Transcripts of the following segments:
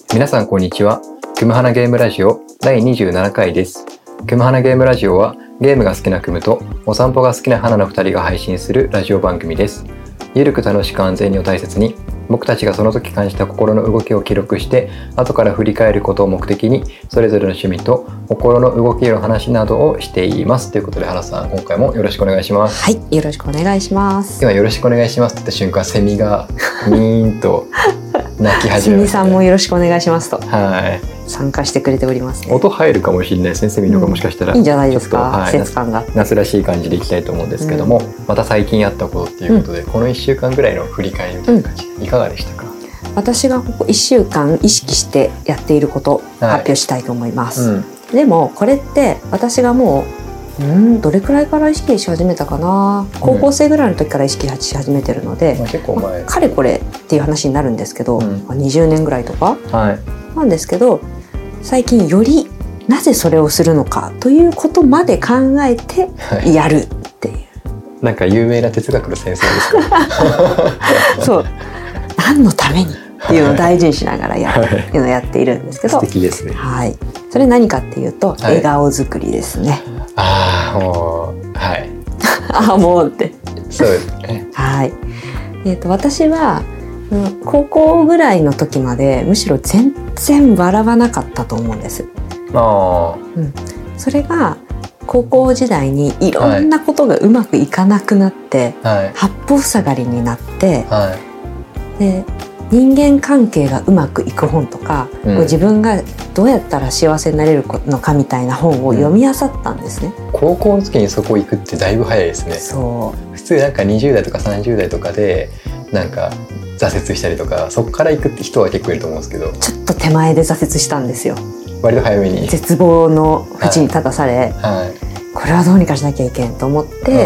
皆さんこんにちは。くむはなゲームラジオ第27回です。くむはなゲームラジオはゲームが好きなくむとお散歩が好きな花の2人が配信するラジオ番組です。ゆるく楽しく安全にを大切に、僕たちがその時感じた心の動きを記録して後から振り返ることを目的にそれぞれの趣味と心の動きの話などをしていますということで、原さん今回もよろしくお願いします。 はい、よろしくお願いします。 今よろしくお願いしますって言った瞬間、セミがミーンと鳴き始めました、ね、 セミさんもよろしくお願いしますと、 はい、 参加してくれておりますね。 音入るかもしれないですね。セミのがもしかしたら、 いいんじゃないですか、 はい、 季節感が夏らしい感じでいきたいと思うんですけども、また最近あったことっていうことで、この1週間ぐらいの振り返りみたいな感じでいかがでしたか？ 私がここ1週間意識してやっていることを発表したいと思います、でもこれって私がもうどれくらいから意識し始めたかな、高校生ぐらいの時から意識し始めてるので、 結構前、 かれこれっていう話になるんですけど、20年ぐらいとか、なんですけど、最近よりなぜそれをするのかということまで考えてやるっていう、 なんか有名な哲学の先生ですか？ そう、何のためにっていうのを大事にしながらやるっていうのをやっているんですけど、 素敵ですね。 はい、それ何かっていうと、笑顔作りですね。 もうはいああもうってそうですね。 はい、私は高校ぐらいの時までむしろ全然笑わなかったと思うんです。それが高校時代にいろんなことがうまくいかなくなって、八方塞がりになって、で人間関係がうまくいく本とか、自分がどうやったら幸せになれるのかみたいな本を読み漁ったんですね。 高校の時にそこ行くってだいぶ早いですね。 そう普通なんか20代とか30代とかでなんか挫折したりとか、そこから行くって人は結構いると思うんですけど、 ちょっと手前で挫折したんですよ。 割と早めに絶望の淵に立たされ、これはどうにかしなきゃいけんと思って、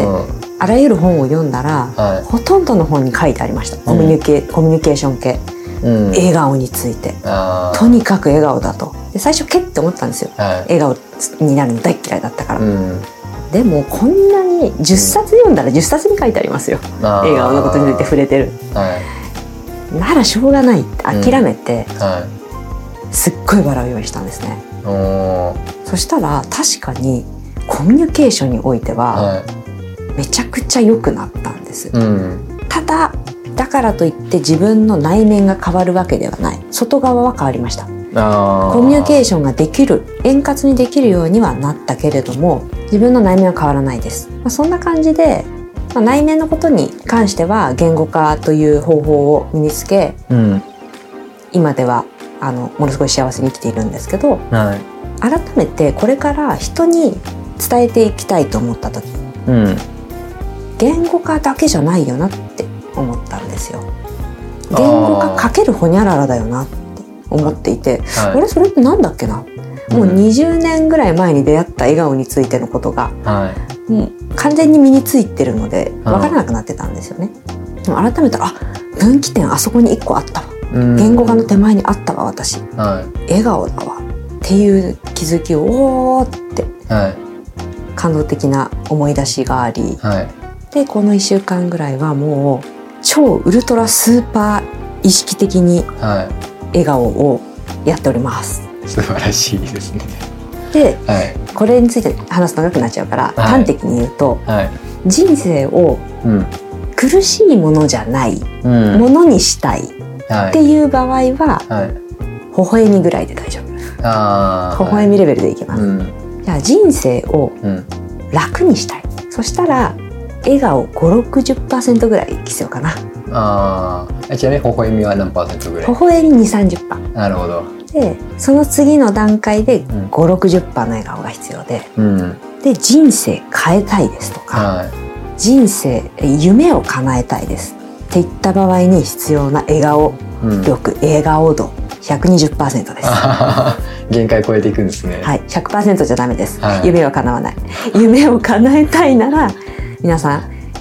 あらゆる本を読んだら、ほとんどの本に書いてありました。コミュニケーション系、笑顔について、とにかく笑顔だと。で最初けって思ったんですよ、笑顔になるの大嫌いだったから、でもこんなに10冊読んだら10冊に書いてありますよ、笑顔のことについて触れてる、ならしょうがないって諦めて、すっごい笑うようにしたんですね。そしたら確かにコミュニケーションにおいては、めちゃくちゃ良くなったんです、ただだからといって自分の内面が変わるわけではない。外側は変わりました。コミュニケーションができる、円滑にできるようにはなったけれども、自分の内面は変わらないです、そんな感じで、内面のことに関しては言語化という方法を身につけ、今ではものすごい幸せに生きているんですけど、改めてこれから人に伝えていきたいと思った時、言語化だけじゃないよなって思ったんですよ。言語化かけるほにゃららだよなって思っていて、あれそれってなんだっけな、もう20年ぐらい前に出会った笑顔についてのことが、もう完全に身についてるので分からなくなってたんですよね。でも改めたら、分岐点あそこに1個あったわ、言語化の手前にあったわ私、笑顔だわっていう気づきをおーって、感動的な思い出しがあり、でこの1週間ぐらいはもう超ウルトラスーパー意識的に笑顔をやっております、 素晴らしいですね。 で、これについて話すと長くなっちゃうから、端的に言うと、人生を苦しいものじゃないものにしたいっていう場合は、微笑みぐらいで大丈夫。微笑みレベルでいけます、じゃあ人生を楽にしたい、そしたら笑顔 5,60% ぐらい必要かな。 ちなみに微笑みは何%ぐらい？ 微笑み 2,30%。 なるほど。 でその次の段階で 5,60% の笑顔が必要で、で人生変えたいですとか、人生夢を叶えたいですっていった場合に必要な笑顔力、笑顔度 120% です。 限界超えていくんですね。 はい、100% じゃダメです、夢は叶わない。夢を叶えたいなら皆さん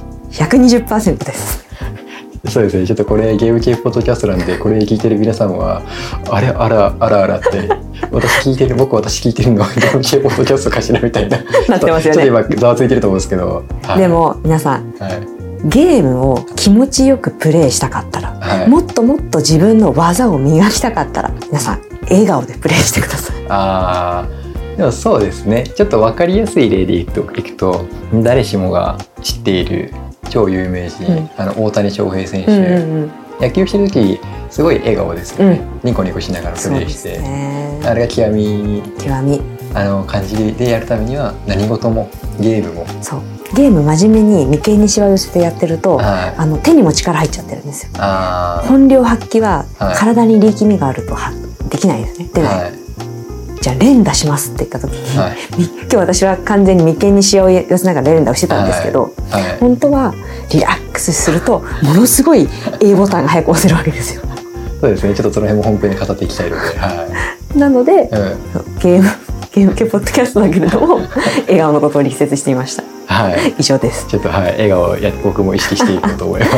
120% です。 そうですね。ちょっとこれゲーム系ポッドキャストなんで、これ聞いてる皆さんはあれあらあらあらって私聞いてるのはゲーム系ポッドキャストかしらみたいななってますよね。 ちょっと今ざわついてると思うんですけど、 でも皆さん、ゲームを気持ちよくプレイしたかったら、もっともっと自分の技を磨きたかったら、皆さん笑顔でプレイしてください。 でもそうですね、ちょっと分かりやすい例でいくと誰しもが知っている超有名人、大谷翔平選手、野球してる時すごい笑顔ですよね、ニコニコしながらプレイして、あれが極み感じでやるためには何事もゲームもそうゲーム真面目に眉間にしわ寄せてやってると、手にも力入っちゃってるんですよ。本領発揮は体に力みがあるとできないですね。でも、じゃあ連打しますって言った時に、今日私は完全に眉間にしわを寄せながら連打をしてたんですけど、本当はリラックスするとものすごい A ボタンが早く押せるわけですよ。 そうですね、ちょっとその辺も本編で語っていきたいので、 なので、ゲーム系ポッドキャストだけれども笑顔のことを力説していました。以上です。 ちょっと笑顔僕も意識していこうと思います。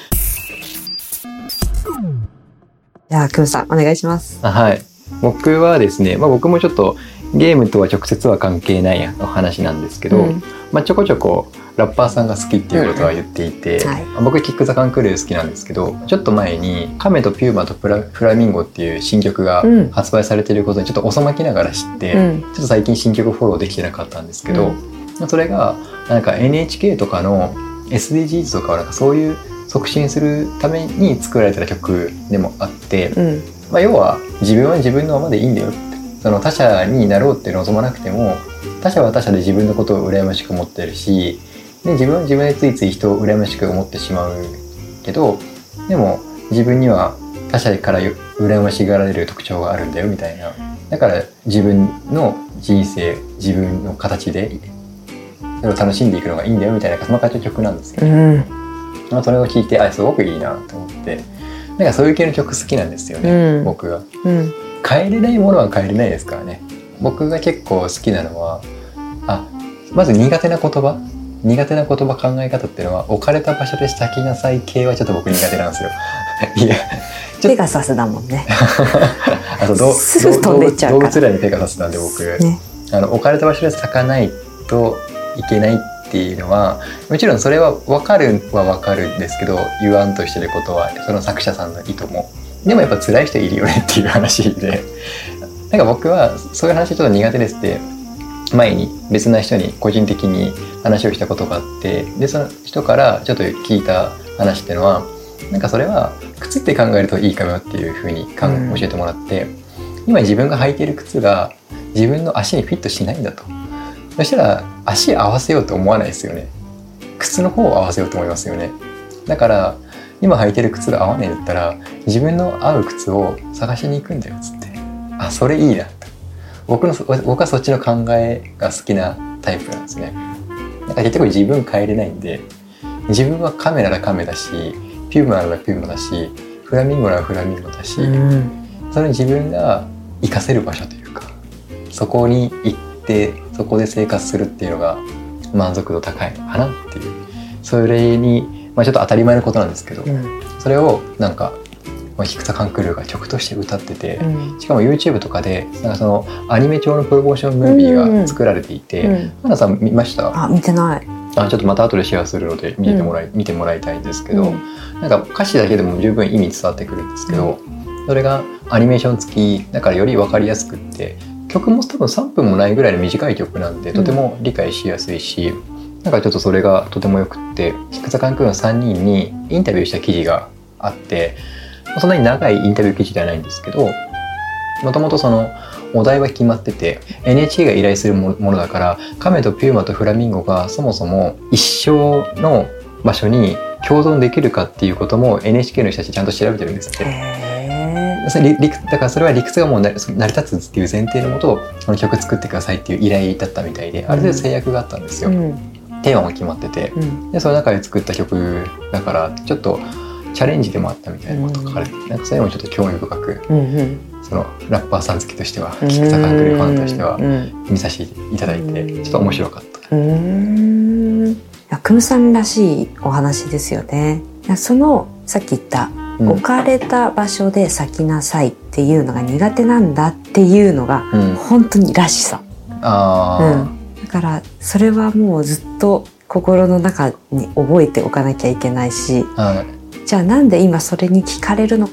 じゃあくんさんお願いします。 僕はですね、僕もちょっとゲームとは直接は関係ないお話なんですけど、ちょこちょこラッパーさんが好きっていうことは言っていて、僕キック・ザ・カンクルー好きなんですけど、ちょっと前にカメとピューマとフラミンゴっていう新曲が発売されていることにちょっと遅まきながら知って、ちょっと最近新曲フォローできてなかったんですけど、それがなんか NHK とかの SDGs とかなんかそういう促進するために作られた曲でもあって、要は自分は自分のままでいいんだよって、その他者になろうって望まなくても他者は他者で自分のことを羨ましく思ってるし、で自分は自分でついつい人を羨ましく思ってしまうけど、でも自分には他者から羨ましがられる特徴があるんだよみたいな、だから自分の人生自分の形でそれを楽しんでいくのがいいんだよみたいな、そんな感じの曲なんですよ、それを聞いてすごくいいなと思って、なんかそういう系の曲好きなんですよね、僕が、変えれないものは変えれないですからね。僕が結構好きなのはまず苦手な言葉考え方っていうのは、置かれた場所で咲きなさい系はちょっと僕苦手なんですよ。いやペガサスだもんね。 すぐ飛んでっちゃうから。動物らにペガサスなんで僕、置かれた場所で咲かないといけないっていうのは、もちろんそれは分かるんですけど、言わんとしてることはその作者さんの意図も、でもやっぱ辛い人いるよねっていう話で、なんか僕はそういう話ちょっと苦手ですって前に別な人に個人的に話をしたことがあって、でその人からちょっと聞いた話っていうのは、なんかそれは靴って考えるといいかもっていうふうに教えてもらって、今自分が履いている靴が自分の足にフィットしないんだと。そしたら足合わせようと思わないですよね。靴の方を合わせようと思いますよね。だから今履いてる靴が合わないんだったら自分の合う靴を探しに行くんだよっつって、それいいなと。僕はそっちの考えが好きなタイプなんですね。なんか結局自分変えれないんで、自分はカメならカメだし、ピューマならピューマだし、フラミンゴならフラミンゴだし、それに自分が活かせる場所というか、そこに行ってそこで生活するっていうのが満足度高いのかなっていう、それに、ちょっと当たり前のことなんですけど、それをなんかキック・ザ・カンクルーが曲として歌ってて、しかも YouTube とかでなんかそのアニメ調のプロモーションムービーが作られていて、花さん見ました？ 見てない。 ちょっとまた後でシェアするので見てもらいたいんですけど、なんか歌詞だけでも十分意味伝わってくるんですけど、それがアニメーション付きだからより分かりやすくって、曲も多分3分もないぐらいの短い曲なんでとても理解しやすいし、なんかちょっとそれがとてもよくって、キック・ザ・カンクルーの3人にインタビューした記事があって、そんなに長いインタビュー記事ではないんですけど、もともとそのお題は決まってて NHK が依頼するものだから、カメとピューマとフラミンゴがそもそも一緒の場所に共存できるかっていうことも NHK の人たちちゃんと調べてるんですって。だからそれは理屈がもう成り立つっていう前提のもと、この曲作ってくださいっていう依頼だったみたいで、ある程度制約があったんですよ、テーマも決まってて、でその中で作った曲だからちょっとチャレンジでもあったみたいなことが書かれて、なんかそれもちょっと興味深く、そのラッパーさん好きとしては、キック・ザ・カンクルーファンとしては見させていただいて、ちょっと面白かった。 クムさんらしいお話ですよね。そのさっき言った置かれた場所で咲きなさいっていうのが苦手なんだっていうのが本当にらしさ、だからそれはもうずっと心の中に覚えておかなきゃいけないし、じゃあなんで今それに聞かれるのかっ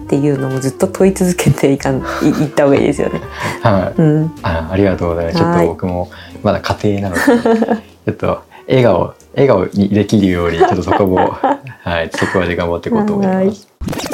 っていうのもずっと問い続けていった方がいいですよね。 はい、うん、ありがとうございます。ちょっと僕もまだ家庭なのでちょっと笑顔にできるようにちょっとそこもはい、そこまで頑張っていこうと思います。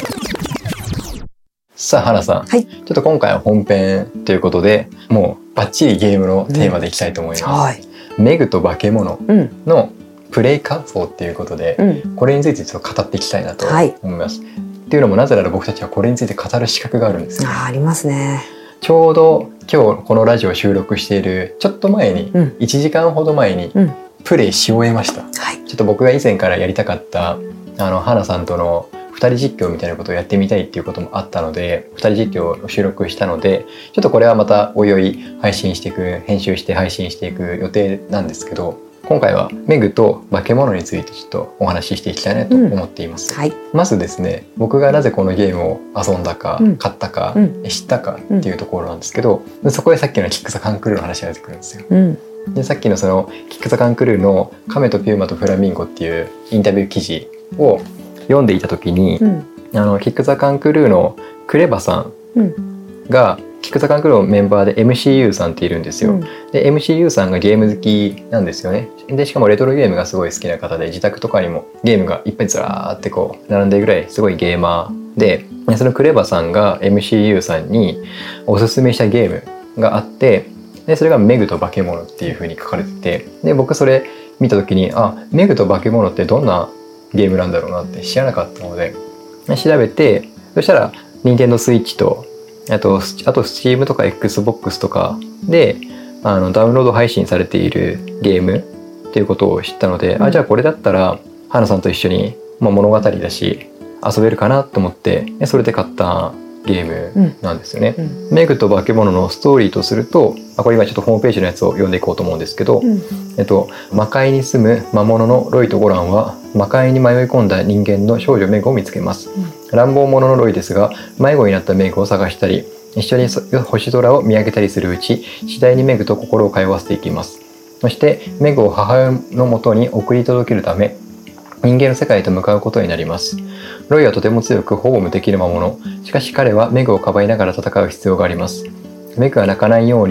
さあ花さん、はい、ちょっと今回は本編ということでもうバッチリゲームのテーマでいきたいと思います。はい、メグと化け物のプレイ感想っていうことで、これについてちょっと語っていきたいなと思います。っていうのもなぜなら僕たちはこれについて語る資格があるんですよ。 ありますね。 ちょうど今日このラジオを収録しているちょっと前に、1時間ほど前にプレイし終えました。はい、ちょっと僕が以前からやりたかった花さんとの2人実況みたいなことをやってみたいっていうこともあったので2人実況を収録したのでちょっとこれはまたおいおい編集して配信していく予定なんですけど今回はメグと化け物についてちょっとお話ししていきたいなと思っています。はい、まずですね僕がなぜこのゲームを遊んだか、買ったか、知ったかっていうところなんですけどそこでさっきのキック・ザ・カンクルーの話が出てくるんですよ。でさっきのそのキック・ザ・カンクルーのカメとピューマとフラミンゴっていうインタビュー記事を読んでいた時に、キック・ザ・カンクルーのクレバさんが、キック・ザ・カンクルーのメンバーで MCU さんっているんですよ。で MCU さんがゲーム好きなんですよね。でしかもレトロゲームがすごい好きな方で自宅とかにもゲームがいっぱいずらーってこう並んでるぐらいすごいゲーマーでそのクレバさんが MCU さんにおすすめしたゲームがあってでそれがメグと化け物っていう風に書かれててで僕それ見た時にメグと化け物ってどんなゲームなんだろうなって知らなかったので調べてそしたら Nintendo Switch とあと Steam とか Xbox とかでダウンロード配信されているゲームっていうことを知ったので、じゃあこれだったら花さんと一緒に、物語だし遊べるかなと思ってそれで買ったゲームなんですよね。メグと化け物のストーリーとするとこれ今ちょっとホームページのやつを読んでいこうと思うんですけど、魔界に住む魔物のロイとゴランは魔界に迷い込んだ人間の少女メグを見つけます。乱暴者のロイですが迷子になったメグを探したり一緒に星空を見上げたりするうち次第にメグと心を通わせていきます。そしてメグを母親のもとに送り届けるため人間の世界へと向かうことになります。ロイはとても強くほぼ無敵の魔物。しかし彼はメグをかばいながら戦う必要があります。メグが泣かないように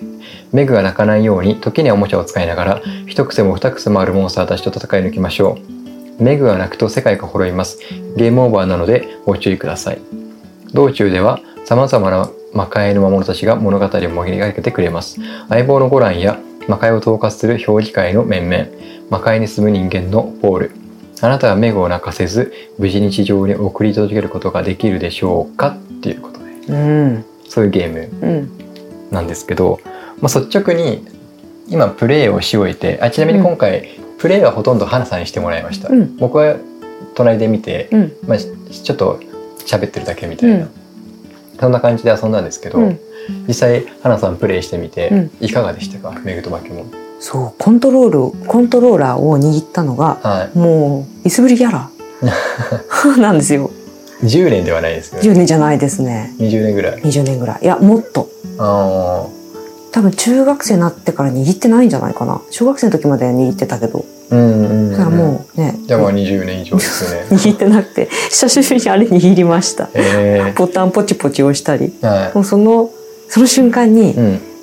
時にはおもちゃを使いながら一癖も二癖もあるモンスターたちと戦い抜きましょう。メグが泣くと世界が滅びます。ゲームオーバーなのでご注意ください。道中では様々な魔界の魔物たちが物語を盛り上げてくれます。相棒のゴランや魔界を統括する評議会の面々、魔界に住む人間のポール。あなたはメグを泣かせず無事に地上に送り届けることができるでしょうかっていうことで、そういうゲームなんですけど、率直に今プレイをし終えてちなみに今回、プレイはほとんど花さんにしてもらいました。僕は隣で見て、ちょっと喋ってるだけみたいな、そんな感じで遊んだんですけど、実際花さんプレイしてみて、いかがでしたか？メグと化け物。 そうコントローラーを握ったのが、もういすぶりギャラなんですよ。 10年ではないですよね。 10年じゃないですね。 20年ぐらい。 20年ぐらい。いやもっと。多分中学生になってから握ってないんじゃないかな。小学生の時までは握ってたけど。それはもうね。 じゃあ20年以上ですね。 握ってなくて久しぶりにあれ握りました。ボタンポチポチ押したり。もうその瞬間に、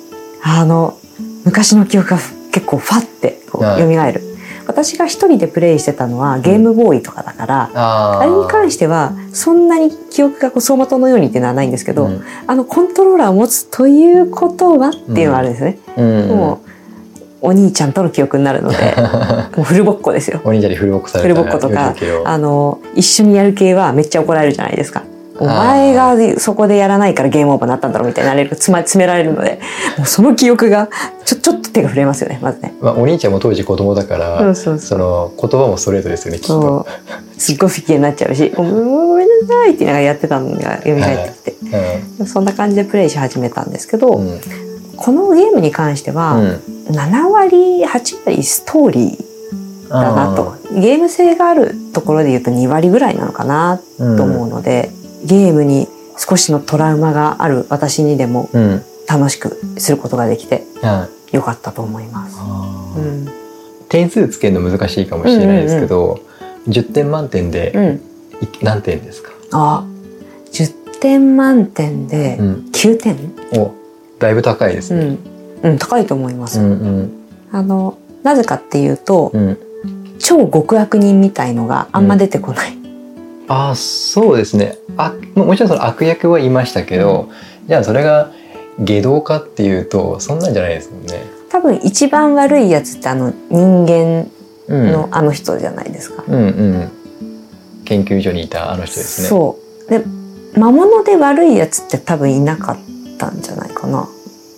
昔の記憶が結構ファってこう蘇る。私が一人でプレイしてたのはゲームボーイとかだから、あれに関してはそんなに記憶が走馬灯のようにっていうのはないんですけど、コントローラーを持つということはっていうのがあるんですね。もうお兄ちゃんとの記憶になるのでもうフルボッコですよ。 お兄ちゃんにフルボッコされた。 フルボッコとか一緒にやる系はめっちゃ怒られるじゃないですか。お前がそこでやらないからゲームオーバーになったんだろうみたいになれる詰められるので、もうその記憶がちょっと手が触れますよね、まずね。 お兄ちゃんも当時子供だからその言葉もストレートですよね、きっと。 すっごい不機嫌になっちゃうしごめんなさいって言いながらやってたのが蘇ってきて、そんな感じでプレイし始めたんですけど、このゲームに関しては、7割8割ストーリーだなと。ゲーム性があるところで言うと2割ぐらいなのかなと思うので、ゲームに少しのトラウマがある私にでも楽しくすることができてよかったと思います。 点数つけるの難しいかもしれないですけど、10点満点で何点ですか？ 10 点満点で9点、 お、だいぶ高いですね。 高いと思います。なぜかっていうと、超極悪人みたいのがあんま出てこない。 あ、そうですね。もちろんその悪役はいましたけど、じゃあそれが外道かっていうとそんなんじゃないですもんね。 多分一番悪いやつって人間のあの人じゃないですか。 研究所にいたあの人ですね。 そうで、魔物で悪いやつって多分いなかったんじゃないかな。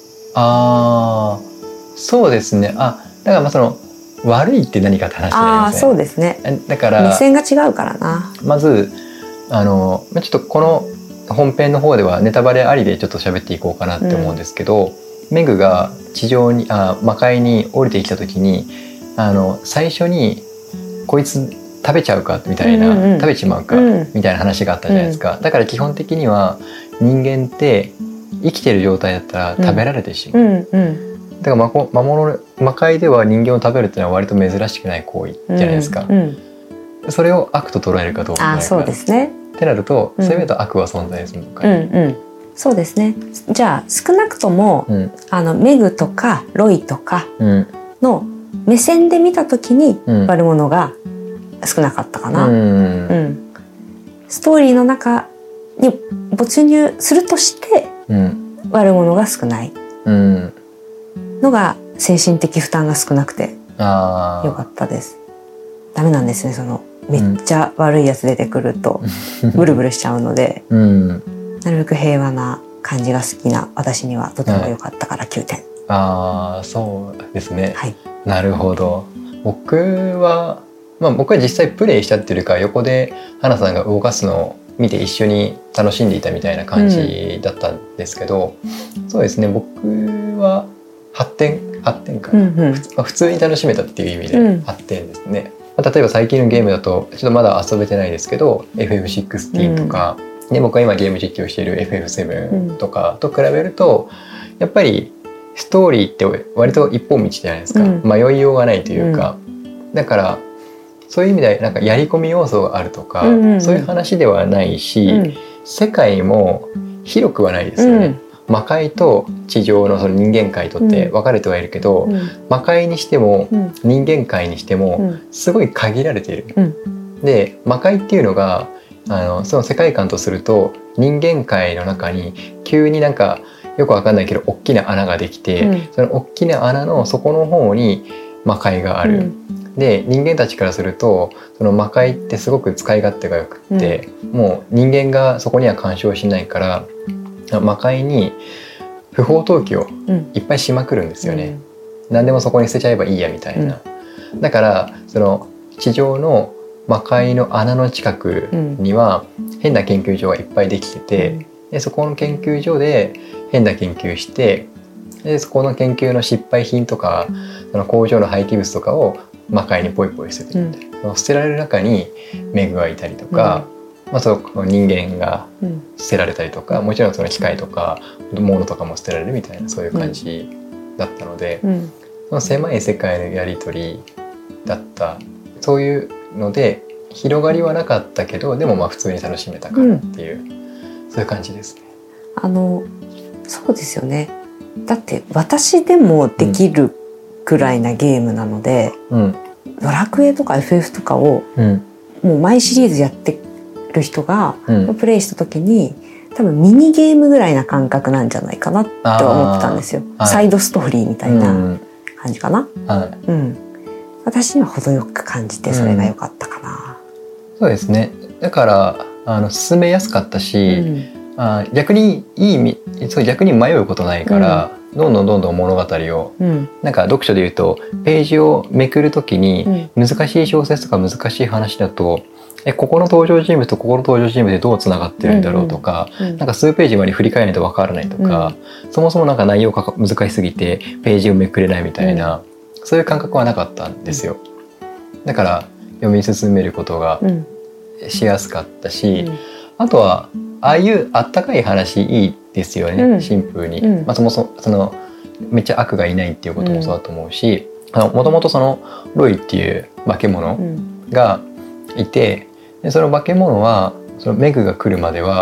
そうですね。だからその悪いって何かって話になりますね。 そうですね。 だから目線が違うからな。 まずちょっとこの本編の方ではネタバレありでちょっと喋っていこうかなって思うんですけど、メグが地上に魔界に降りてきた時に最初にこいつ食べちゃうかみたいな、食べちまうかみたいな話があったじゃないですか。だから基本的には人間って生きてる状態だったら食べられてしまう。だから魔界では人間を食べるっていうのは割と珍しくない行為じゃないですか。それを悪と捉えるかどうか。 そうですね。 ってなると、そういう意味だと悪は存在するのか。 そうですね。じゃあ少なくとも、メグとかロイとかの目線で見た時に悪者が少なかったかな。ストーリーの中に没入するとして、悪者が少ないのが精神的負担が少なくてよかったです。ダメなんですね、めっちゃ悪いやつ出てくるとブルブルしちゃうので、なるべく平和な感じが好きな私にはとても良かったから9点。 そうですね。なるほど。僕は実際プレイしたっていうか、横で花さんが動かすのを見て一緒に楽しんでいたみたいな感じだったんですけど、そうですね、僕は8点かな。普通に楽しめたっていう意味で8点ですね。例えば最近のゲームだとちょっとまだ遊べてないですけど FF16 とか、僕は今ゲーム実況している FF7 とかと比べるとやっぱりストーリーって割と一本道じゃないですか。迷いようがないというか、だからそういう意味でなんかやり込み要素があるとか、そういう話ではないし、世界も広くはないですよね。魔界と地上のその人間界とって分かれてはいるけど、魔界にしても人間界にしてもすごい限られている。で魔界っていうのがその世界観とすると人間界の中に急になんかよく分かんないけど大きな穴ができて、その大きな穴の底の方に魔界がある。で人間たちからするとその魔界ってすごく使い勝手がよくって、もう人間がそこには干渉しないから魔界に不法投棄をいっぱいしまくるんですよね。何でもそこに捨てちゃえばいいやみたいな。だからその地上の魔界の穴の近くには変な研究所がいっぱいできてて、でそこの研究所で変な研究して、でそこの研究の失敗品とかその工場の廃棄物とかを魔界にポイポイ捨ててるみたいな。捨てられる中にメグがいたりとか、その人間が捨てられたりとか、もちろんその機械とか物とかも捨てられるみたいな、そういう感じだったので、その狭い世界のやり取りだった。そういうので広がりはなかったけど、でも普通に楽しめたかなっていう、そういう感じですね。 そうですよね。だって私でもできるくらいなゲームなので、ドラクエとか FF とかをもう毎シリーズやってる人がプレイした時に多分ミニゲームぐらいな感覚なんじゃないかなって思ってたんですよ。サイドストーリーみたいな感じかな。私には程よく感じてそれが良かったかな。 そうですね。だから進めやすかったし、逆にいい意味、逆に迷うことないから、どんどん物語を、なんか読書で言うとページをめくるときに、難しい小説とか難しい話だとここの登場人物とここの登場人物でどうつながってるんだろうとか、なんか数ページまで振り返らないと分からないとか、そもそもなんか内容が難しすぎてページをめくれないみたいな、そういう感覚はなかったんですよ。だから読み進めることがしやすかったし、あとはああいうあったかい話いいですよね、シンプルに。そもそもそのめっちゃ悪がいないっていうこともそうだと思うし、もともとそのロイっていう化け物がいて、でその化け物はそのメグが来るまでは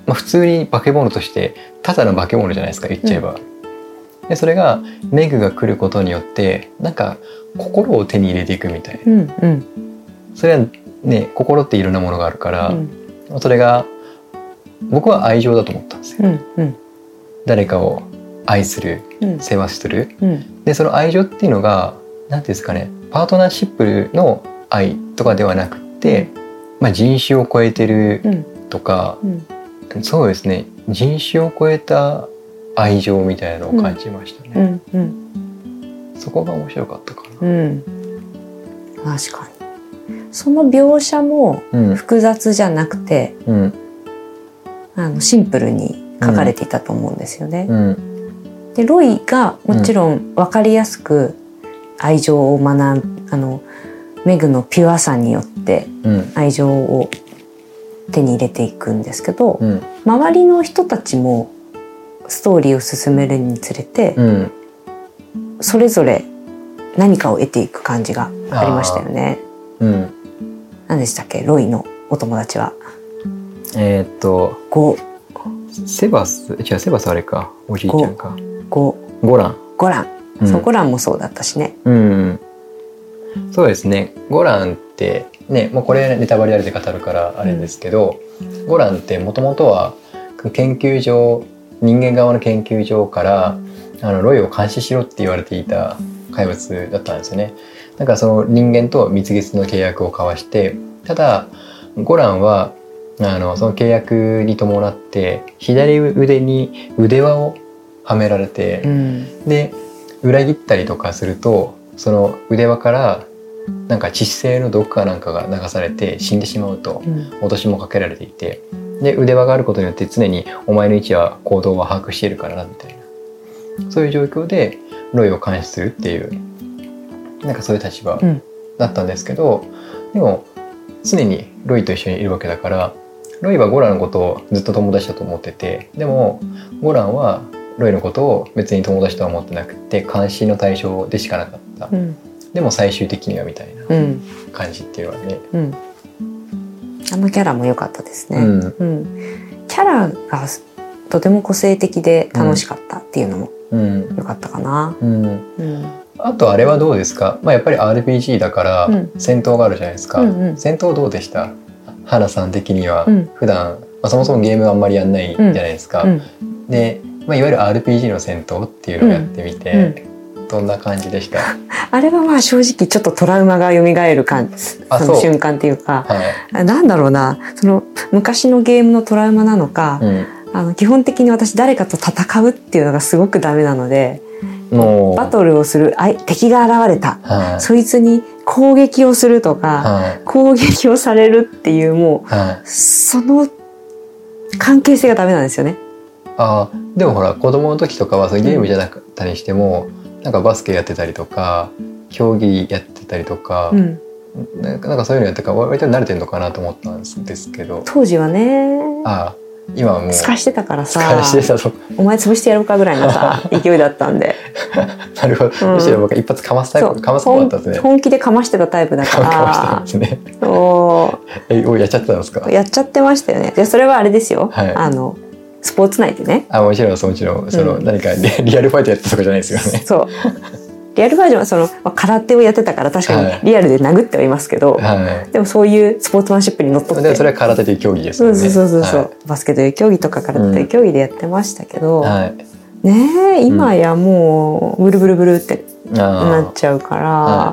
普通に化け物としてただの化け物じゃないですか、言っちゃえば。でそれがメグが来ることによってなんか心を手に入れていくみたいな、それはね、心っていろんなものがあるから、それが僕は愛情だと思ったんですよ。誰かを愛する、世話する、でその愛情っていうのが何ていうんですかね、パートナーシップの愛とかではなくて、人種を超えてるとか、そうですね、人種を超えた愛情みたいなのを感じましたね。そこが面白かったかな。 確かにその描写も複雑じゃなくて、シンプルに書かれていたと思うんですよね。でロイがもちろん分かりやすく愛情をメグのピュアさによって愛情を手に入れていくんですけど、周りの人たちもストーリーを進めるにつれて、それぞれ何かを得ていく感じがありましたよね。何でしたっけ、ロイのお友達は。 セバスあれか、おじいちゃんか。ゴラン。 そう、ゴランもそうだったしね。 そうですね。ゴランってね、もうこれネタバレあれで語るからあれですけど、ゴランってもともとは研究所、人間側の研究所からロイを監視しろって言われていた怪物だったんですよね。だからその人間と蜜月の契約を交わして、ただゴランはその契約に伴って左腕に腕輪をはめられて、で裏切ったりとかするとその腕輪からなんか致死性の毒かなんかが流されて死んでしまうと脅しもかけられていて、で腕輪があることによって常にお前の位置は行動は把握しているからなみたいな、そういう状況でロイを監視するっていうなんかそういう立場だったんですけど、でも常にロイと一緒にいるわけだから、ロイはゴランのことをずっと友達だと思ってて、でもゴランはロイのことを別に友達とは思ってなくて監視の対象でしかなかった、でも最終的にはみたいな感じっていうのはね、 あのキャラも良かったですね。キャラがとても個性的で楽しかったっていうのも良かったかな。 あとあれはどうですか、やっぱり RPG だから戦闘があるじゃないですか。戦闘どうでした？花さん的には普段、そもそもゲームあんまりやんないじゃないですか。で、いわゆる RPG の戦闘っていうのをやってみて、どんな感じでした？ あれは正直ちょっとトラウマが蘇る感じ、その瞬間っていうか、なんだろうな、その昔のゲームのトラウマなのか、基本的に私誰かと戦うっていうのがすごくダメなので、バトルをする敵が現れた、そいつに攻撃をするとか、攻撃をされるっていうもう、その関係性がダメなんですよね。 でもほら子供の時とかはそのゲームじゃなかったにしても、なんかバスケやってたりとか競技やってたりとか、なんかそういうのやってから割と慣れてるのかなと思ったんですけど、 当時はね、 今はもうすかしてたからさ、お前潰してやろうかぐらいのさ勢いだったんでなるほど、むしろ僕一発かますタイプ、かます方だったんですね。 本気でかましてたタイプだからかましてたんですね。やっちゃってたんですか？ やっちゃってましたよね。でそれはあれですよ、スポーツ内でね。 もちろんその何かリアルファイトやったとかじゃないですよね。 そうリアルバージョンはその空手をやってたから確かにリアルで殴ってはいますけど、でもそういうスポーツマンシップにのっとって、 それは空手という競技ですよね。 そうバスケという競技とか空手という競技でやってましたけど、ねえ今やもうブルブルブルってなっちゃうから、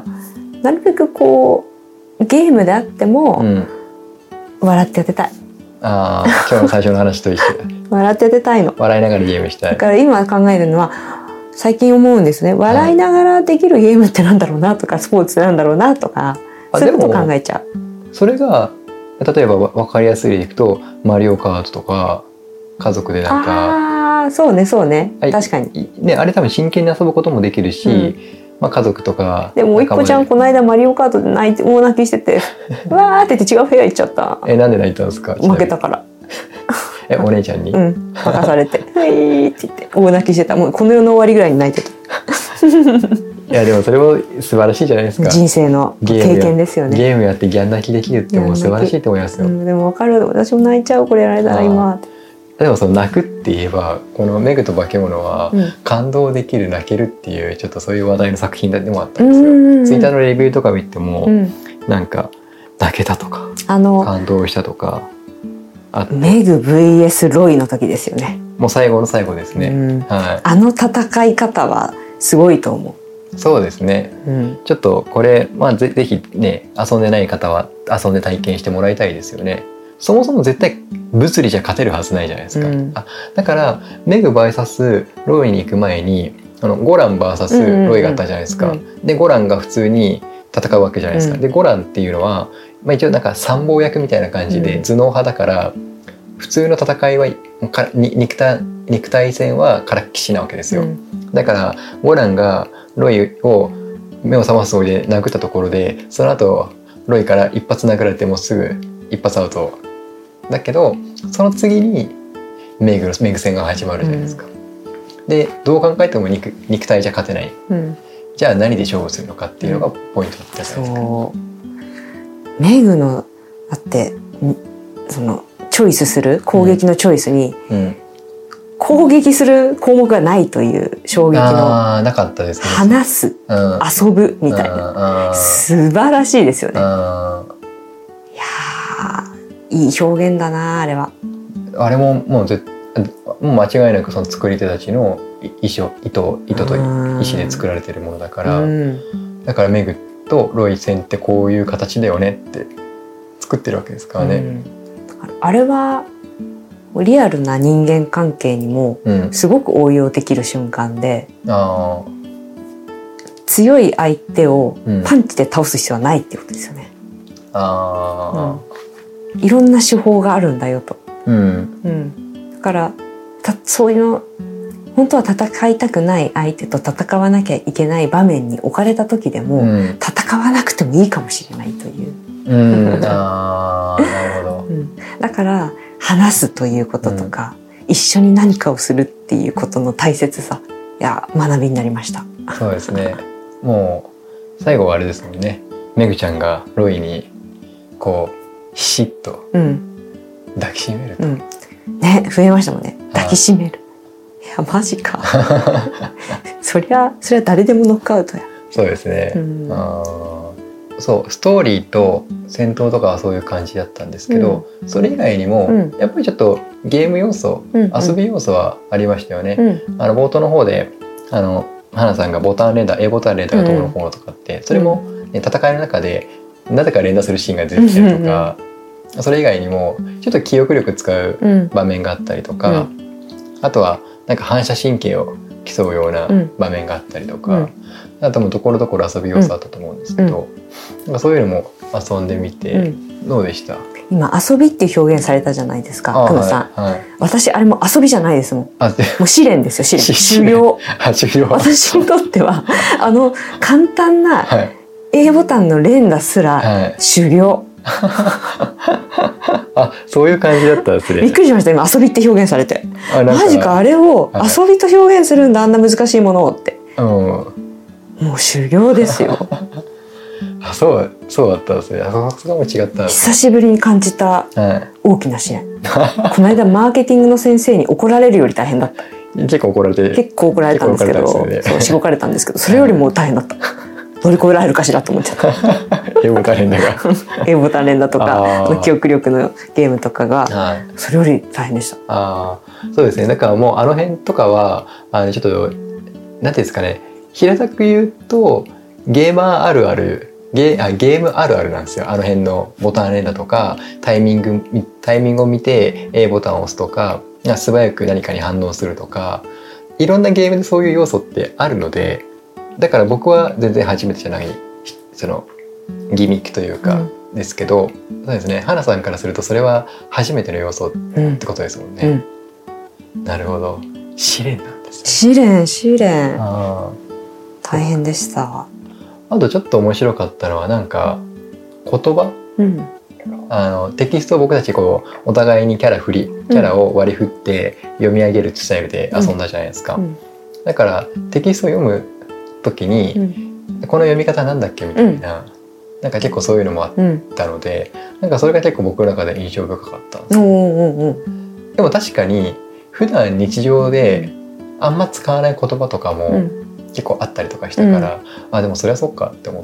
なるべくこうゲームであっても笑ってやってたい。 今日の最初の話と一緒笑ってやってたいの。 笑いながらゲームしたい。 だから今考えるのは最近思うんですね。笑いながらできるゲームってなんだろうなとか、スポーツってなんだろうなとか、そういうこと考えちゃう。 それが例えば分かりやすいでいくとマリオカートとか家族でなんか、 そうね確かにね、あれ多分真剣に遊ぶこともできるし、家族とか。 でもおいっ子ちゃんこの間マリオカートで大泣きしててわーって言って違う部屋行っちゃった。 なんで泣いたんですか？ 負けたから。 お姉ちゃんに任されて「はい」って言って大泣きしてた。もうこの世の終わりぐらいに泣いてた。 いやでもそれも素晴らしいじゃないですか。 人生の経験ですよね。 ゲームやってギャン泣きできるってもう素晴らしいと思いますよ。 でも分かる、私も泣いちゃうこれやられたら今。 でもその泣くって言えばこのメグと化け物は感動できる、泣けるっていうちょっとそういう話題の作品でもあったんですよ。ツイッターのレビューとか見ても、なんか泣けたとか感動したとかメグ vs ロイの時ですよね。 もう最後の最後ですね、はい、 あの戦い方はすごいと思う。そうですね、ちょっとこれ、ぜひね遊んでない方は遊んで体験してもらいたいですよね。そもそも絶対物理じゃ勝てるはずないじゃないですか、だからメグ vs ロイに行く前にゴラン vs ロイがあったじゃないですか、でゴランが普通に戦うわけじゃないですか、でゴランっていうのは、一応なんか参謀役みたいな感じで頭脳派だから、普通の戦いは肉体戦はからっきしなわけですよ、だからゴランがロイを目を覚ます方で殴ったところで、その後ロイから一発殴られてもうすぐ一発アウトだけど、その次にメグ戦が始まるじゃないですか、でどう考えても肉体じゃ勝てない、じゃあ何で勝負するのかっていうのがポイントだったじゃないですか。 メグのだってそのチョイスする攻撃のチョイスに、攻撃する項目がないという衝撃のなかったですね。 話す、遊ぶみたいな、素晴らしいですよね。いやいい表現だなあれは。 あれももう間違いなくその作り手たちの意図と意思で作られているものだから、だからメグとロイ戦ってこういう形だよねって作ってるわけですからね、 あれはリアルな人間関係にもすごく応用できる瞬間で、強い相手をパンチで倒す必要はないっていうことですよね。いろんな手法があるんだよと、だからそういうの本当は戦いたくない相手と戦わなきゃいけない場面に置かれた時でも、戦わなくてもいいかもしれないという、 なるほど、 だから話すということとか、一緒に何かをするっていうことの大切さ、学びになりました。 そうですね。もう最後はあれですもんね。メグちゃんがロイにこうひしっと抱きしめると、 ね、増えましたもんね。抱きしめる。いやマジか。それは誰でもノックアウトや。 そうですね。そうストーリーと戦闘とかはそういう感じだったんですけど、それ以外にも、やっぱりちょっとゲーム要素、遊び要素はありましたよね。冒頭の方で花さんがA ボタン連打がどうのこうのとかって、それも、戦いの中でなぜか連打するシーンが出てきたりとか、それ以外にもちょっと記憶力使う場面があったりとか、あとはなんか反射神経を競うような場面があったりとか、あともところどころ遊び要素あったと思うんですけど、なんかそういうのも遊んでみてどうでした？ 今遊びっていう表現されたじゃないですか、久野さん、私あれも遊びじゃないですもん。もう試練ですよ、試練。修行。私にとっては簡単な A ボタンの連打すら修行。 そういう感じだったんですね。 びっくりしました、今遊びって表現されて。マジか、あれを遊びと表現するんだ、あんな難しいものをって。もう修行ですよ。 そうだったんですね。そこも違った。 久しぶりに感じた大きな試練。この間マーケティングの先生に怒られるより大変だった。 結構怒られたんですけど、 そうしごかれたんですけど、それよりも大変だった。乗り越えられるかしらと思っちゃった。 A ボタン連打が。 A ボタン連打とか記憶力のゲームとかがそれより大変でした。 そうですね。だからもうあの辺とかはちょっとなんていうんですかね。平たく言うとゲーマーあるある。ゲームあるあるなんですよ。あの辺のボタン連打とかタイミングを見て A ボタンを押すとか、素早く何かに反応するとか、いろんなゲームでそういう要素ってあるので、だから僕は全然初めてじゃないそのギミックというかですけど、そうですね。花さんからするとそれは初めての要素ってことですもんね。なるほど。試練なんですね。試練。大変でした。 あとちょっと面白かったのはなんか言葉、テキストを僕たちこうお互いにキャラを割り振って読み上げるスタイルで遊んだじゃないですか。だからテキストを読む時に、この読み方なんだっけみたいな、なんか結構そういうのもあったので、なんかそれが結構僕の中で印象深かったんです。ででも確かに普段日常であんま使わない言葉とかも結構あったりとかしたから、あでもそれはそっかって思って、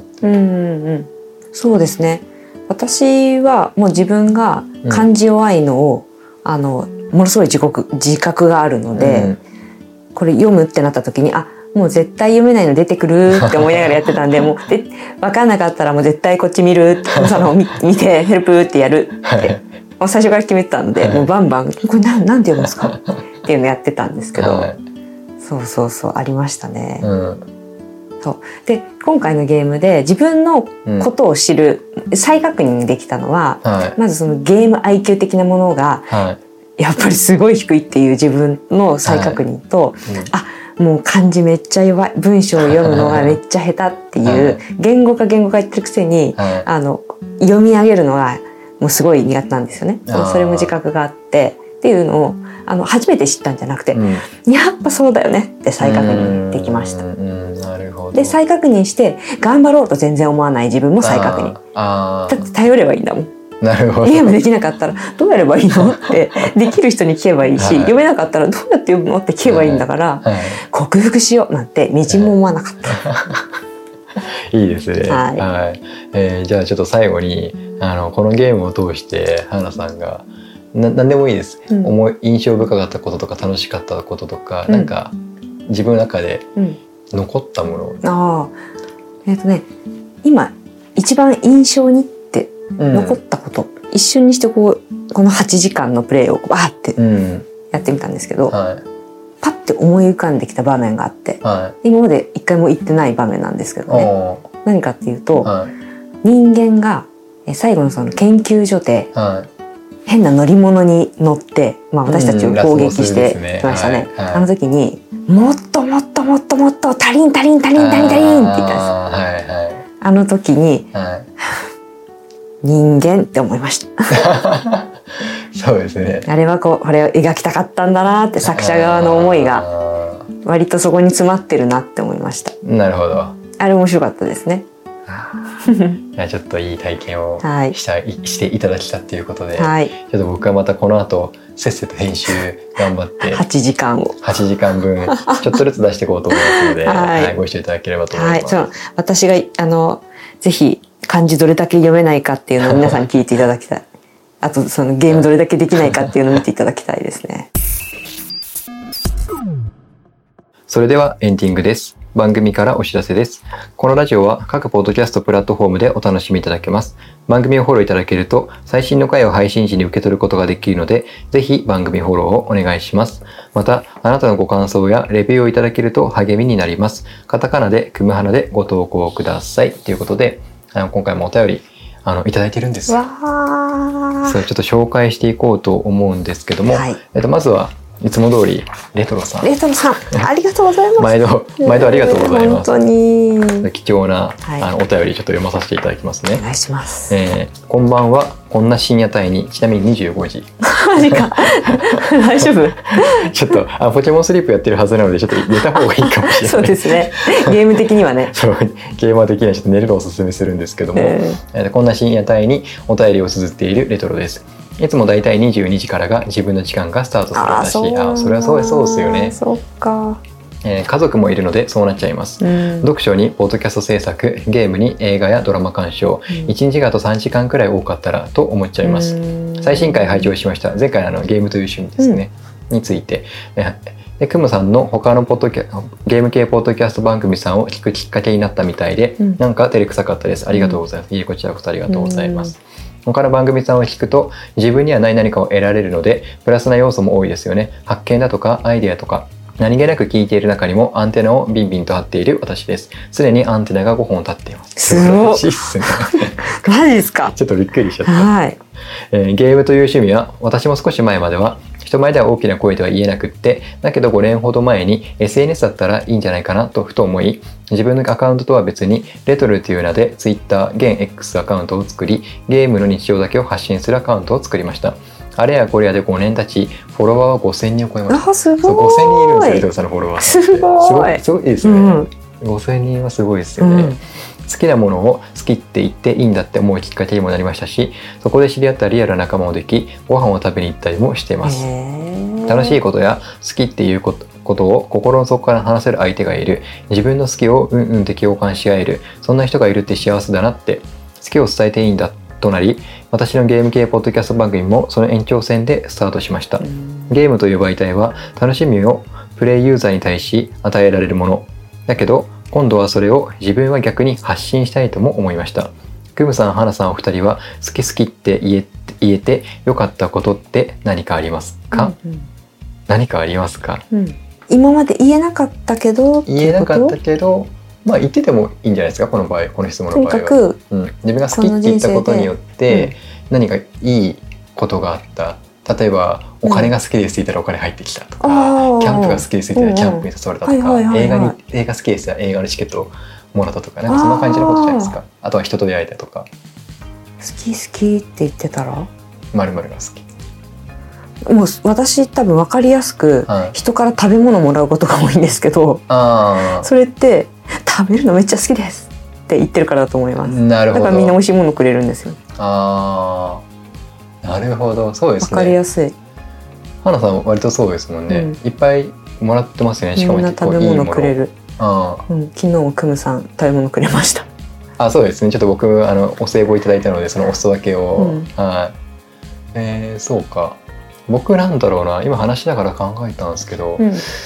そうですね。私はもう自分が漢字弱いのを、ものすごい自覚があるので、これ読むってなった時にもう絶対読めないの出てくるって思いながらやってたんでもうで分かんなかったらもう絶対こっち見るってその見てヘルプってやるって、もう最初から決めてたので、もうバンバンこれなんて読むんですかっていうのやってたんですけど、そうありましたね。そうで今回のゲームで自分のことを知る、再確認できたのは、まずそのゲーム IQ 的なものが、やっぱりすごい低いっていう自分の再確認と、もう漢字めっちゃ弱い、文章を読むのがめっちゃ下手っていう、言語化言ってるくせに、読み上げるのがもうすごい苦手なんですよね。それも自覚があってっていうのを初めて知ったんじゃなくて、やっぱそうだよねって再確認できました。 なるほど。 で再確認して頑張ろうと全然思わない自分も再確認。だって頼ればいいんだもん。 なるほど。 ゲームできなかったらどうやればいいのってできる人に聞けばいいし、読めなかったらどうやって読むのって聞けばいいんだから、克服しようなんて道も思わなかった。 いいですね。じゃあちょっと最後にこのゲームを通して花さんが何でもいいです、印象深かったこととか楽しかったこととか、なんか自分の中で残ったもの、 今一番印象にって残ったこと、一瞬にしてこの8時間のプレイをバーってやってみたんですけど、パッて思い浮かんできた場面があって、今まで一回も言ってない場面なんですけどね。何かっていうと、人間が最後のその研究所で、変な乗り物に乗って、私たちを攻撃してきましたね。あの時にもっともっともっともっと足りんって言ったんです。あの時に、人間って思いました。 そうですね。 あれはこれを描きたかったんだなって、作者側の思いが割とそこに詰まってるなって思いました。 なるほど。 あれ面白かったですね。 ちょっといい体験をしていただきたっていうことで、ちょっと僕はまたこの後せっせと編集頑張って 8時間分ちょっとずつ出していこうと思いますので、ご視聴いただければと思います。 私がぜひ漢字どれだけ読めないかっていうのを皆さんに聞いていただきたい。あとそのゲームどれだけできないかっていうのを見ていただきたいですね。 それではエンディングです。番組からお知らせです。このラジオは各ポッドキャストプラットフォームでお楽しみいただけます。番組をフォローいただけると最新の回を配信時に受け取ることができるので、ぜひ番組フォローをお願いします。また、あなたのご感想やレビューをいただけると励みになります。カタカナでくむはなでご投稿ください。ということで、今回もお便りいただいてるんです。そう、ちょっと紹介していこうと思うんですけども、まずはいつも通りレトロさんありがとうございます。 毎度ありがとうございます。 本当に貴重な、お便りちょっと読まさせていただきますね。 お願いします。 こんばんは。こんな深夜帯に、ちなみに25時。 マジか。大丈夫？ ちょっとポケモンスリープやってるはずなのでちょっと寝た方がいいかもしれない。 そうですね。ゲーム的にはね。 そう、ゲーマー的にはちょっと寝るのをおすすめするんですけども、こんな深夜帯にお便りを綴っているレトロです。いつもだいたい22時からが自分の時間がスタートするらしい。それはそうですよね。 そうか。 家族もいるのでそうなっちゃいます。読書にポッドキャスト制作、ゲームに映画やドラマ鑑賞、1日があと3時間くらい多かったらと思っちゃいます。最新回拝聴しました。前回ゲームという趣味ですね、について。でクムさんの他のゲーム系ポッドキャスト番組さんを聞くきっかけになったみたいで、なんか照れくさかったです。ありがとうございます。こちらこそありがとうございます。他の番組さんを聞くと自分にはない何かを得られるのでプラスな要素も多いですよね。発見だとかアイデアとか何気なく聞いている中にもアンテナをビンビンと張っている私です。すでにアンテナが5本立っています。 すごい。マジですか？ ちょっとびっくりしちゃった。ゲームという趣味は私も少し前までは人前では大きな声では言えなくって、だけど5年ほど前に SNS だったらいいんじゃないかなとふと思い、自分のアカウントとは別にレトルという名で Twitter 現 X アカウントを作り、ゲームの日常だけを発信するアカウントを作りました。あれやこれやで5年経ち、フォロワーは5000人を超えました。 すごい。 5000人いるんですよ、レトルさんのフォロワー。 すごいですよね。5000人はすごいですよね。 好きなものを好きって言っていいんだって思うきっかけにもなりましたし、そこで知り合ったリアルな仲間もでき、ご飯を食べに行ったりもしています。楽しいことや好きっていうことを心の底から話せる相手がいる、自分の好きをうんうんって共感し合える、そんな人がいるって幸せだなって、好きを伝えていいんだとなり、私のゲーム系ポッドキャスト番組もその延長線でスタートしました。ゲームという媒体は楽しみをプレイユーザーに対し与えられるものだけど、今度はそれを自分は逆に発信したいとも思いました。クムさん、ハナさんお二人は好き好きって言えてよかったことって何かありますか？何かありますか？ 今まで言えなかったけど言えなかったけど、まあ言っててもいいんじゃないですか、この場合、この質問の場合は。 とにかく、 自分が好きって言ったことによって何かいいことがあった。例えばお金が好きですって言ったらお金入ってきたとか、キャンプが好きですって言ったらキャンプに誘われたとか、映画好きですって映画のチケットをもらったとか、なんかそんな感じのことじゃないですか。あとは人と出会えたとか。 好き好きって言ってたら 〇〇が好き。 もう私多分分かりやすく人から食べ物もらうことが多いんですけど、それって食べるのめっちゃ好きですって言ってるからだと思います。 なるほど。 だからみんな美味しいものくれるんですよ。 なるほど、そうですね。 分かりやすい。 花さん割とそうですもんね。いっぱいもらってますよね。しかもみんな食べ物くれる。昨日もクムさん食べ物くれました。 そうですね。ちょっと僕お歳暮いただいたのでそのお裾分けを、そうか。僕なんだろうな、今話しながら考えたんですけど、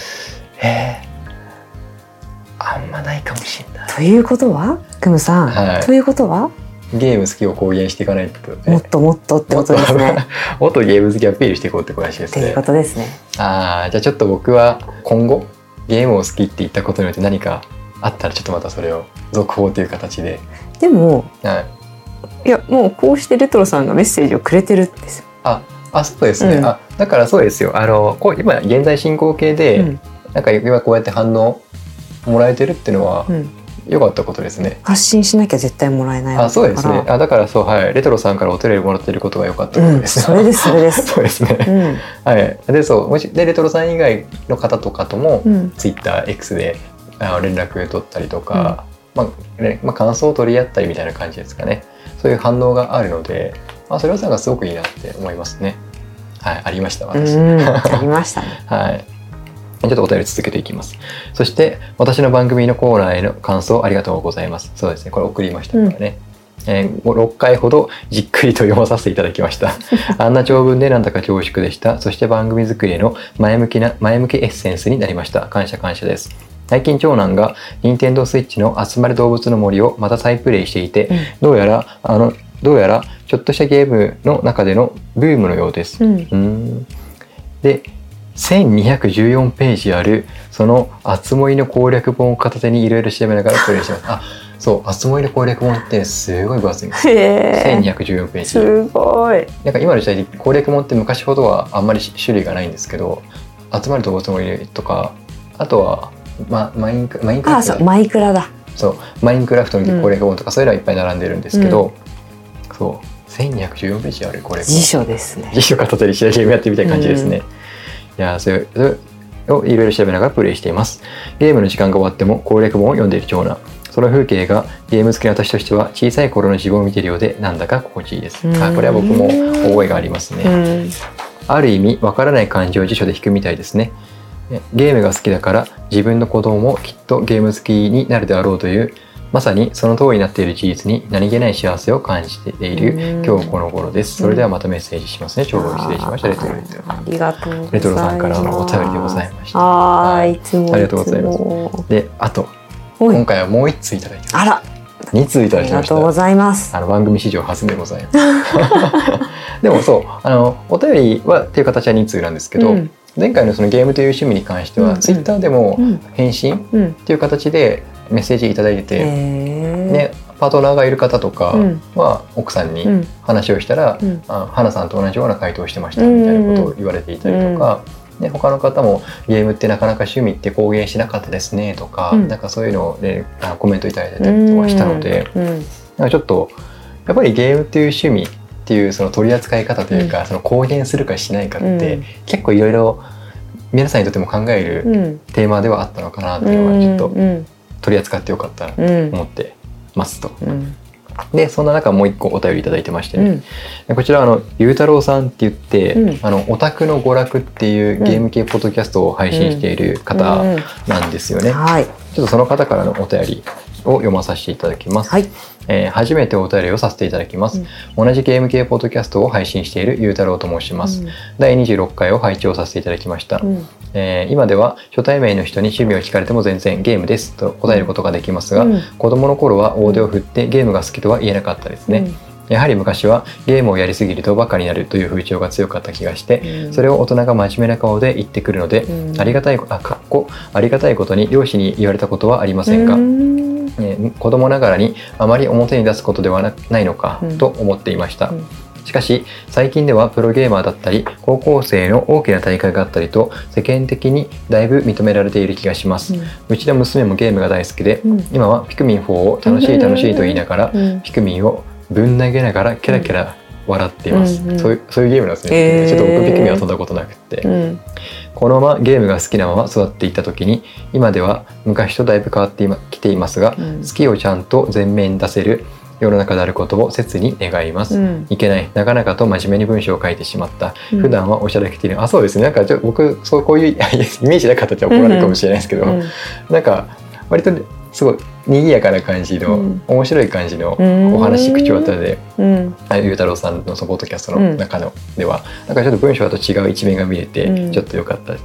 あんまないかもしれない。 ということはクムさん、ということはゲーム好きを公言していかないってことで、 もっともっとってことですね。 もっとゲーム好きアピールしていこうって話ですね。 っていうことですね。 じゃあちょっと僕は今後ゲームを好きって言ったことによって何かあったらちょっとまたそれを続報という形で。 でも、いやもうこうしてレトロさんがメッセージをくれてるんですよ。 そうですね。だからそうですよ。今現在進行形で、なんか今こうやって反応もらえてるっていうのは、良かったことですね。 発信しなきゃ絶対もらえないわけだから。 そうですね。だからそう、レトロさんからお便りもらってることが良かったことです。 それです。 そうですね。でレトロさん以外の方とかとも、ツイッター X で連絡取ったりとか、感想を取り合ったりみたいな感じですかね。そういう反応があるので、それはなんかすごくいいなって思いますね。ありました私。 ありましたね。 ちょっとお便り続けていきます。そして私の番組のコーナーへの感想ありがとうございます。そうですね、これ送りましたからね。6回ほどじっくりと読まさせていただきました。あんな長文でなんだか恐縮でした。そして番組作りへの前向きエッセンスになりました。感謝です。最近長男が任天堂スイッチの集まる動物の森をまた再プレイしていて、どうやらちょっとしたゲームの中でのブームのようです。で1214ページあるそのあつ森の攻略本を片手にいろいろ調べながらプレイしてます。そう、あつ森の攻略本ってすごい分厚いんですよ。1214ページ。 すごい。 なんか今の時代攻略本って昔ほどはあんまり種類がないんですけど、集まる動物の森とか、あとはマインクラフト。 マイクラだ。 そう、マインクラフトの攻略本とかそういうのはいっぱい並んでるんですけど、そう1214ページある攻略本。 辞書ですね。 辞書片手にゲームやってみたい感じですね。いや、それをいろいろ調べながらプレイしています。ゲームの時間が終わっても攻略本を読んでいる長男。その風景がゲーム好きな私としては小さい頃の自分を見ているようでなんだか心地いいです。これは僕も覚えがありますね。ある意味わからない漢字を辞書で引くみたいですね。ゲームが好きだから自分の子供もきっとゲーム好きになるであろうというまさにその通りになっている事実に何気ない幸せを感じている今日この頃です。それではまたメッセージしますね。長文失礼しました。レトロありがとうございます。 レトロさんからのお便りでございました。 いつもありがとうございます。で、あと今回はもう1通いただいてます。 あら、 2通いただきました。 ありがとうございます。 番組史上初でございます。でもそうお便りはっていう形は2通なんですけど、前回のそのゲームという趣味に関しては、ツイッターでも返信っていう形でメッセージいただいてて、ね、パートナーがいる方とかは奥さんに話をしたら、花さんと同じような回答をしてましたみたいなことを言われていたりとか、で他の方もゲームってなかなか趣味って公言しなかったですねとか、なんかそういうのでコメントいただいたりとかしたので、なんかちょっとやっぱりゲームっていう趣味っていうその取り扱い方というか、その公言するかしないかって結構いろいろ皆さんにとっても考えるテーマではあったのかなっていうのはちょっと取り扱ってよかったなと思ってますと。でそんな中もう一個お便りいただいてましてね、こちらゆうたろうさんって言って、オタクの娯楽っていうゲーム系ポッドキャストを配信している方なんですよね。ちょっとその方からのお便りを読まさせていただきます。初めてお便りをさせていただきます。同じゲーム系ポッドキャストを配信しているゆうたろうと申します。第26回を拝聴させていただきました。今では初対面の人に趣味を聞かれても全然ゲームですと答えることができますが、子供の頃は大手を振ってゲームが好きとは言えなかったですね。やはり昔はゲームをやりすぎるとバカになるという風潮が強かった気がして、それを大人が真面目な顔で言ってくるので、ありがたいことに両親に言われたことはありませんが、子供ながらにあまり表に出すことではないのかと思っていました。しかし最近ではプロゲーマーだったり高校生の大きな大会があったりと世間的にだいぶ認められている気がします。うちの娘もゲームが大好きで、今はピクミン4を楽しい楽しいと言いながら、ピクミンをぶん投げながらケラケラ笑っています。そういうゲームなんですね。ちょっと僕ピクミンは飛んだことなくて、このままゲームが好きなまま育っていった時に、今では昔とだいぶ変わってきていますが、好きをちゃんと前面に出せる世の中であることを切に願います。いけない、なかなかと真面目に文章を書いてしまった。普段はおしゃれ着ている。そうですね。なんか僕こういうイメージなかったら怒られるかもしれないですけど、なんか割とすごい賑やかな感じの、面白い感じのお話口調で、ゆうたろうさんのそのポッドキャストの中では、なんかちょっと文章だと違う一面が見えて、ちょっと良かったです。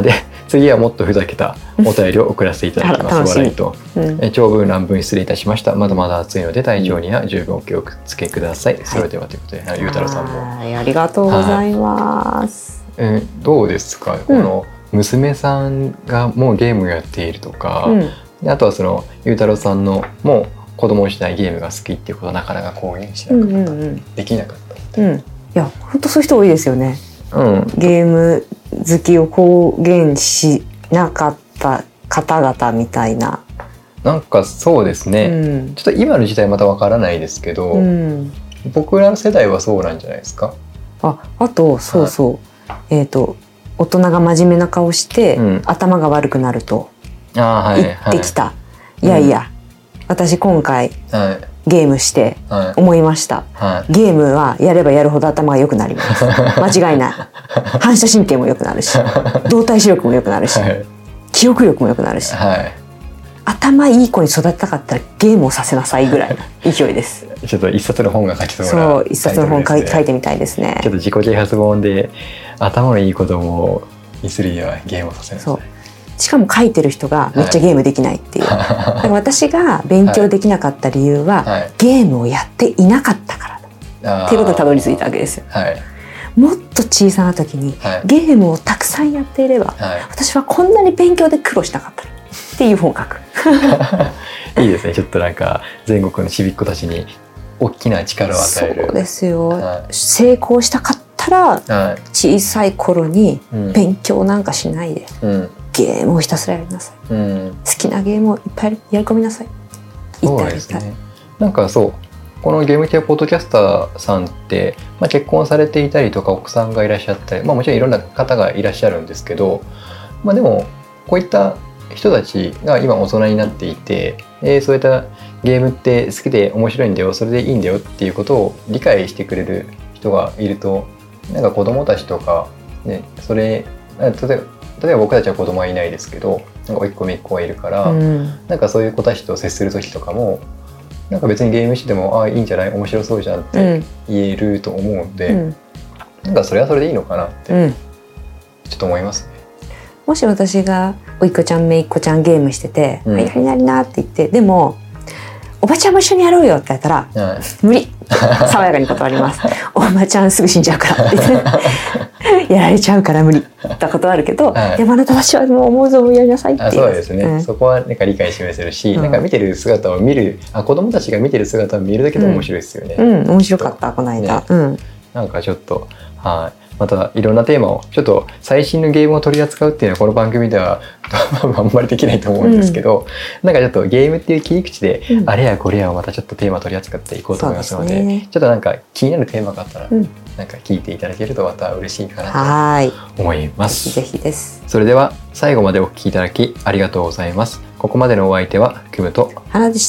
で次はもっとふざけたお便りを送らせていただきます。笑いと、長文乱文失礼いたしました。まだまだ暑いので体調には十分お気をつけください。それではということで、ゆうたろうさんもありがとうございます。 どうですか、この娘さんがもうゲームをやっているとか、あとはそのゆうたろうさんのもう子供時代ゲームが好きっていうことはなかなか公言しなかった、できなかったいや本当そういう人多いですよね。ゲーム好きを公言しなかった方々みたいな。 なんかそうですね、ちょっと今の時代またわからないですけど、僕らの世代はそうなんじゃないですか。 あとそうそう、大人が真面目な顔して、頭が悪くなると言ってきた。いやいや、私今回、ゲームして思いました、ゲームはやればやるほど頭が良くなります間違いない。反射神経も良くなるし動体視力も良くなるし、記憶力も良くなるし、頭いい子に育てたかったらゲームをさせなさいぐらいの勢いです。 ちょっと一冊の本が書きそうな、 そう一冊の本書いてみたいですね。 ちょっと自己啓発本で頭のいい子供にするにはゲームをさせなさい。 しかも書いてる人がめっちゃゲームできないっていう、だから私が勉強できなかった理由は、ゲームをやっていなかったからだっていうことにたどり着いたわけですよ。もっと小さな時にゲームをたくさんやっていれば、私はこんなに勉強で苦労しなかったっていう本を書くいいですね。ちょっとなんか全国のちびっ子たちに大きな力を与える。 そうですよ、成功したかったら、小さい頃に勉強なんかしないで、ゲームをひたすらやりなさい、好きなゲームをいっぱいやり込みなさい。 そうですね。なんかそうこのゲーム系ポッドキャスターさんって、結婚されていたりとか奥さんがいらっしゃったり、もちろんいろんな方がいらっしゃるんですけど、でもこういった人たちが今大人になっていて、そういったゲームって好きで面白いんだよ、それでいいんだよっていうことを理解してくれる人がいると、なんか子供たちとか、ね、それ例えば僕たちは子供はいないですけど、なんか甥っ子姪っ子がいるから、なんかそういう子たちと接する時とかも、なんか別にゲームしてもいいんじゃない、面白そうじゃんって言えると思うんで、なんかそれはそれでいいのかなってちょっと思いますね。 もし私が甥っ子ちゃん姪っ子ちゃんゲームしてて、やりなりなって言って、でもおばちゃんも一緒にやろうよって言ったら、無理爽やかに断りますおばちゃんすぐ死んじゃうからって言ってやられちゃうから無理ってことはあるけど、でもあなたたちはもう思うぞやりなさいっていう。 そうですね、そこはなんか理解示せるし、なんか見てる姿を見る、子供たちが見てる姿を見るだけでも面白いですよね。面白かったこの間、なんかちょっとまたいろんなテーマをちょっと最新のゲームを取り扱うっていうのはこの番組ではあんまりできないと思うんですけど、なんかちょっとゲームっていう切り口で、あれやこれやをまたちょっとテーマ取り扱っていこうと思いますので、ちょっとなんか気になるテーマがあったら、なんか聞いていただけるとまた嬉しいかなと思います。 ぜひです。 それでは最後までお聞きいただきありがとうございます。ここまでのお相手はクムと花でした。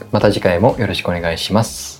また次回もよろしくお願いします。